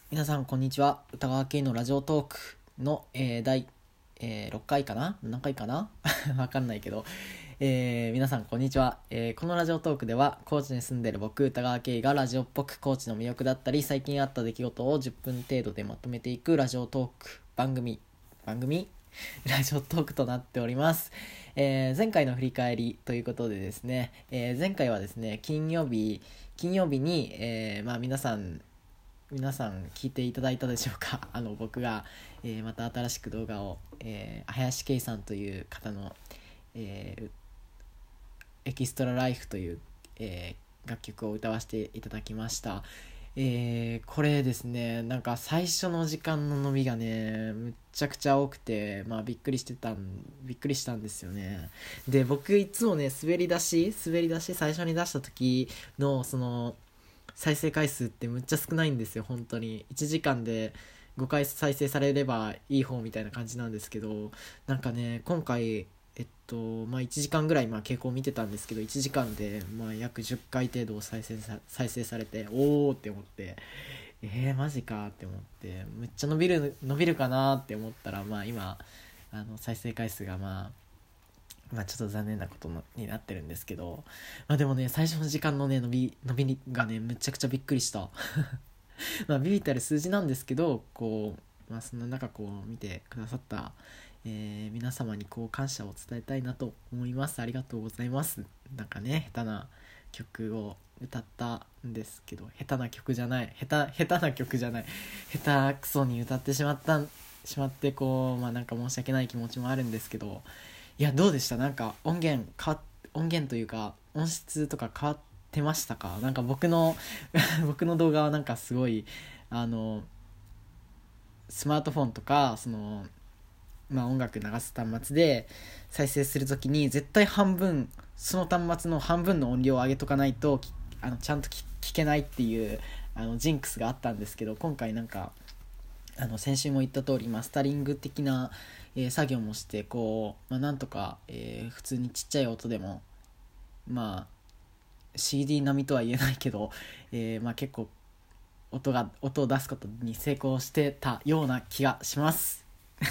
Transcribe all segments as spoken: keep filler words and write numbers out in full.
皆さんこんにちは。歌川系のラジオトークの、えー、第、えーろっかいかな何回かなわかんないけど、えー皆さんこんにちは、えーこのラジオトークでは高知に住んでいる僕歌川系がラジオっぽく高知の魅力だったり最近あった出来事をじゅっぷん程度でまとめていくラジオトーク番組番組ラジオトークとなっております。えー前回の振り返りということでですね、えー前回はですね金曜日金曜日に、えーまあ皆さん皆さん聞いていただいたでしょうか。あの僕が、えーまた新しく動画を、えー、林圭さんという方の、えーエキストラライフという、えー楽曲を歌わせていただきました。えーこれですね、なんか最初の時間の伸びがねむっちゃくちゃ多くて、まあびっくりしてたんびっくりしたんですよね。で僕いつもね滑り出し滑り出し最初に出した時のその再生回数ってむっちゃ少ないんですよ。本当にいちじかんでごかい再生されればいい方みたいな感じなんですけど、なんかね今回えっとまあいちじかんぐらいまあ傾向を見てたんですけど、いちじかんでまあ約じゅっかい程度再生さ再生されて、おーって思って、えーマジかって思って、むっちゃ伸びる伸びるかなって思ったら、まあ今あの再生回数がまあまあちょっと残念なことのになってるんですけど、まあでもね最初の時間のね伸び伸びがねめちゃくちゃびっくりしたまあビビったる数字なんですけど、こうまあそんな中こう見てくださった、えー皆様にこう感謝を伝えたいなと思います。ありがとうございます。なんかね下手な曲を歌ったんですけど、下手な曲じゃない下手下手な曲じゃない下手くそに歌ってしまったしまってこうまあなんか申し訳ない気持ちもあるんですけど、いやどうでした？なんか音源変わ音源というか音質とか変わってましたか？なんか僕の僕の動画はなんかすごいあのスマートフォンとかそのまあ音楽流す端末で再生するときに絶対半分その端末の半分の音量を上げとかないとあのちゃんと聞けないっていうあのジンクスがあったんですけど、今回なんかあの先週も言った通りマスタリング的な、えー作業もしてこう、まあ、なんとか、えー普通にちっちゃい音でもまあ シーディー 並みとは言えないけど、えーまあ、結構音が音を出すことに成功してたような気がします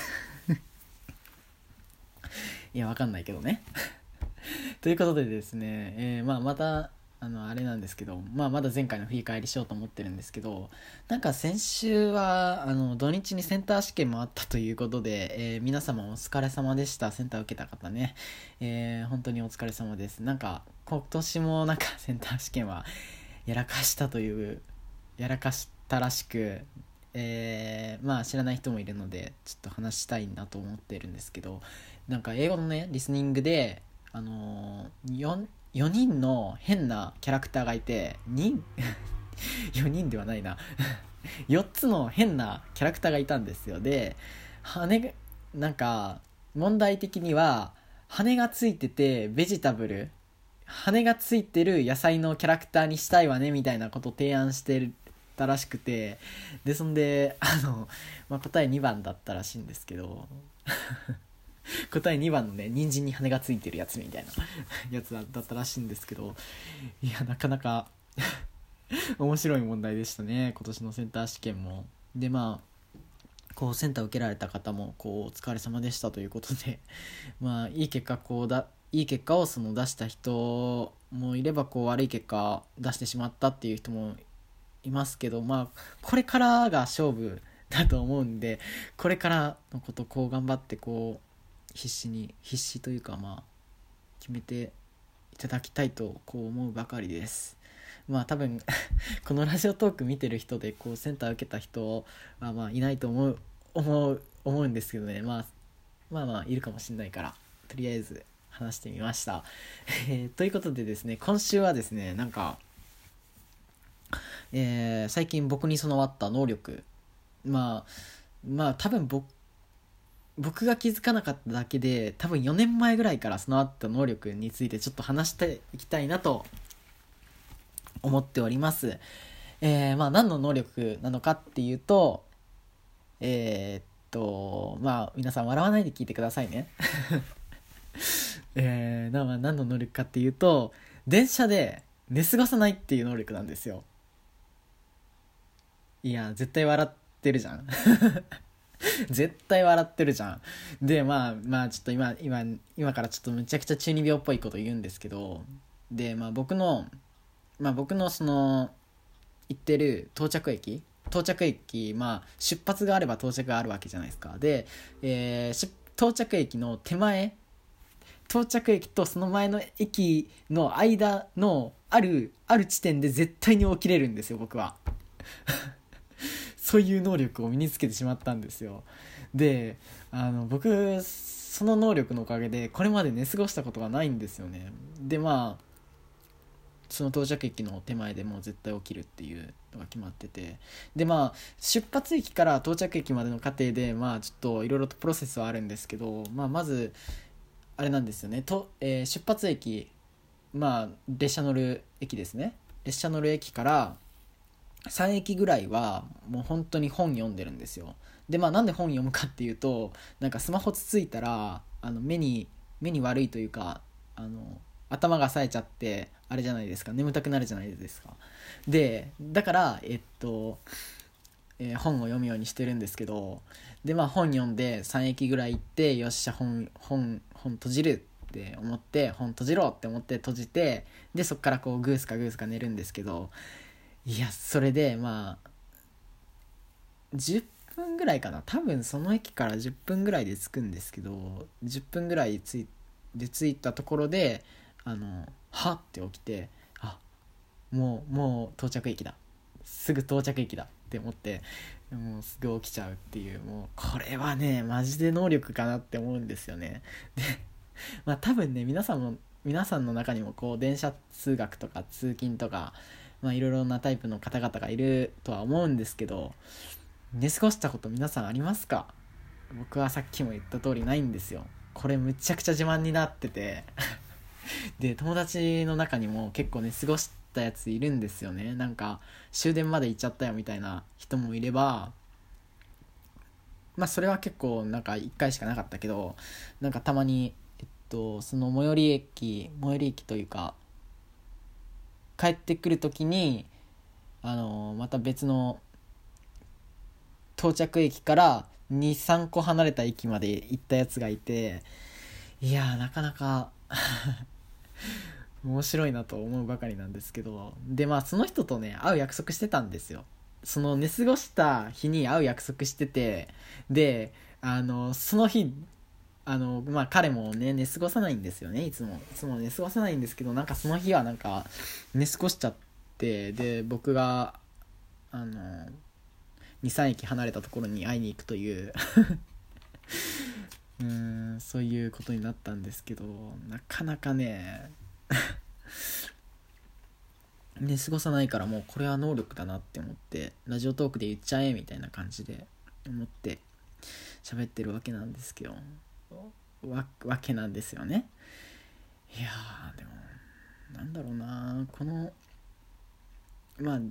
いやわかんないけどねということでですね、えーまあ、またあのあれなんですけど、まあ、まだ前回の振り返りしようと思ってるんですけど、なんか先週はあの土日にセンター試験もあったということで、えー皆様お疲れ様でした。センター受けた方ね、えー本当にお疲れ様です。なんか今年もなんかセンター試験はやらかしたというやらかしたらしく、えーまあ知らない人もいるのでちょっと話したいなと思ってるんですけど、なんか英語のねリスニングであのー、よん, よにんの変なキャラクターがいて人よにんではないなよっつの変なキャラクターがいたんですよ。で羽がなんか問題的には羽がついててベジタブル羽がついてる野菜のキャラクターにしたいわねみたいなことを提案してたらしくて、でそんであの、まあ、答えにばんだったらしいんですけど答えにばんのね人参に羽がついてるやつみたいなやつだったらしいんですけど、いやなかなか面白い問題でしたね今年のセンター試験も。でまあこうセンター受けられた方もこうお疲れ様でしたということでまあいい結果こうだいい結果をその出した人もいればこう悪い結果出してしまったっていう人もいますけど、まあこれからが勝負だと思うんで、これからのことこう頑張ってこう必死に必死というかまあ決めていただきたいとこう思うばかりです。まあ多分このラジオトーク見てる人でこうセンター受けた人はまあいないと思う思う思うんですけどね、まあまあまあいるかもしれないからとりあえず話してみましたえーということでですね、今週はですねなんか、えー最近僕に備わった能力、まあまあ多分僕僕が気づかなかっただけで多分よねんまえぐらいから備わった能力についてちょっと話していきたいなと思っております。えー、まあ何の能力なのかっていうと、えー、っとまあ皆さん笑わないで聞いてくださいねえー、なまあ何の能力かっていうと、電車で寝過ごさないっていう能力なんですよ。 いや絶対笑ってるじゃん絶対笑ってるじゃん。でまあまあちょっと今今今からちょっとむちゃくちゃ中二病っぽいこと言うんですけど、でまあ僕のまあ僕のその行ってる到着駅到着駅まあ出発があれば到着があるわけじゃないですか。で、えー、到着駅の手前到着駅とその前の駅の間のあるある地点で絶対に起きれるんですよ僕はそういう能力を身につけてしまったんですよ。であの僕その能力のおかげでこれまで寝過ごしたことがないんですよね。でまあその到着駅の手前でもう絶対起きるっていうのが決まってて、でまあ出発駅から到着駅までの過程でまあちょっといろいろとプロセスはあるんですけど、まあまずあれなんですよねと、えー、出発駅まあ列車乗る駅ですね。列車乗る駅からさん駅ぐらいはもう本当に本読んでるんですよ。でまあなんで本読むかっていうと、なんかスマホつついたらあの目に目に悪いというかあの頭が冴えちゃってあれじゃないですか、眠たくなるじゃないですか。でだからえっと、えー本を読むようにしてるんですけど、でまあ本読んでさん駅ぐらい行って、よっしゃ本本本閉じるって思って本閉じろって思って閉じて、でそっからこうグースかグースか寝るんですけど、いやそれでまあじゅっぷんぐらいかな、多分その駅からじゅっぷんぐらいで着くんですけど、じゅっぷんぐらいついで着いたところであのはって起きて、あもうもう到着駅だ、すぐ到着駅だって思って、もうすぐ起きちゃうっていう、もうこれはねマジで能力かなって思うんですよね。でまあ多分ね皆さんも皆さんの中にもこう電車通学とか通勤とかまあいろいろなタイプの方々がいるとは思うんですけど、寝過ごしたこと皆さんありますか？僕はさっきも言った通りないんですよ。これむちゃくちゃ自慢になっててで友達の中にも結構寝過ごしたやついるんですよね。なんか終電まで行っちゃったよみたいな人もいれば、まあそれは結構なんかいっかいしかなかったけど、なんかたまにえっとその最寄り駅最寄り駅というか帰ってくるときにあのまた別の到着駅から に,さん 個離れた駅まで行ったやつがいて、いやーなかなか面白いなと思うばかりなんですけど、でまあその人とね会う約束してたんですよ。その寝過ごした日に会う約束してて、であのその日あのまあ彼もね寝過ごさないんですよね。いつもいつも寝過ごさないんですけど、なんかその日はなんか寝過ごしちゃって、で僕があの に,さん 駅離れたところに会いに行くといううーんそういうことになったんですけど、なかなかね寝過ごさないから、もうこれは能力だなって思ってラジオトークで言っちゃえみたいな感じで思って喋ってるわけなんですけどわ, わけなんですよね。いやーでもなんだろうな、このまあ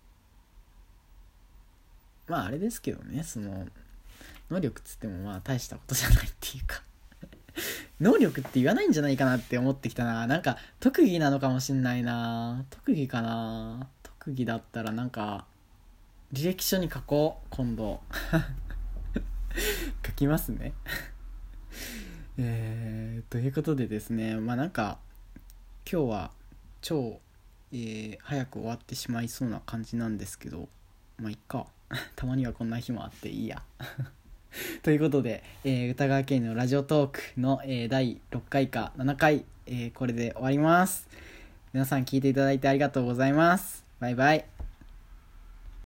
まああれですけどね、その能力っつってもまあ大したことじゃないっていうか能力って言わないんじゃないかなって思ってきたな。なんか特技なのかもしんないな。特技かな。特技だったらなんか履歴書に書こう今度書きますねえーということでですね、まあなんか今日は超、えー早く終わってしまいそうな感じなんですけど、まあいっかたまにはこんな日もあっていいやということで、えー、歌川系のラジオトークの、えー、だいろっかいかななかい、えー、これで終わります。皆さん聞いていただいてありがとうございます。バイバイ。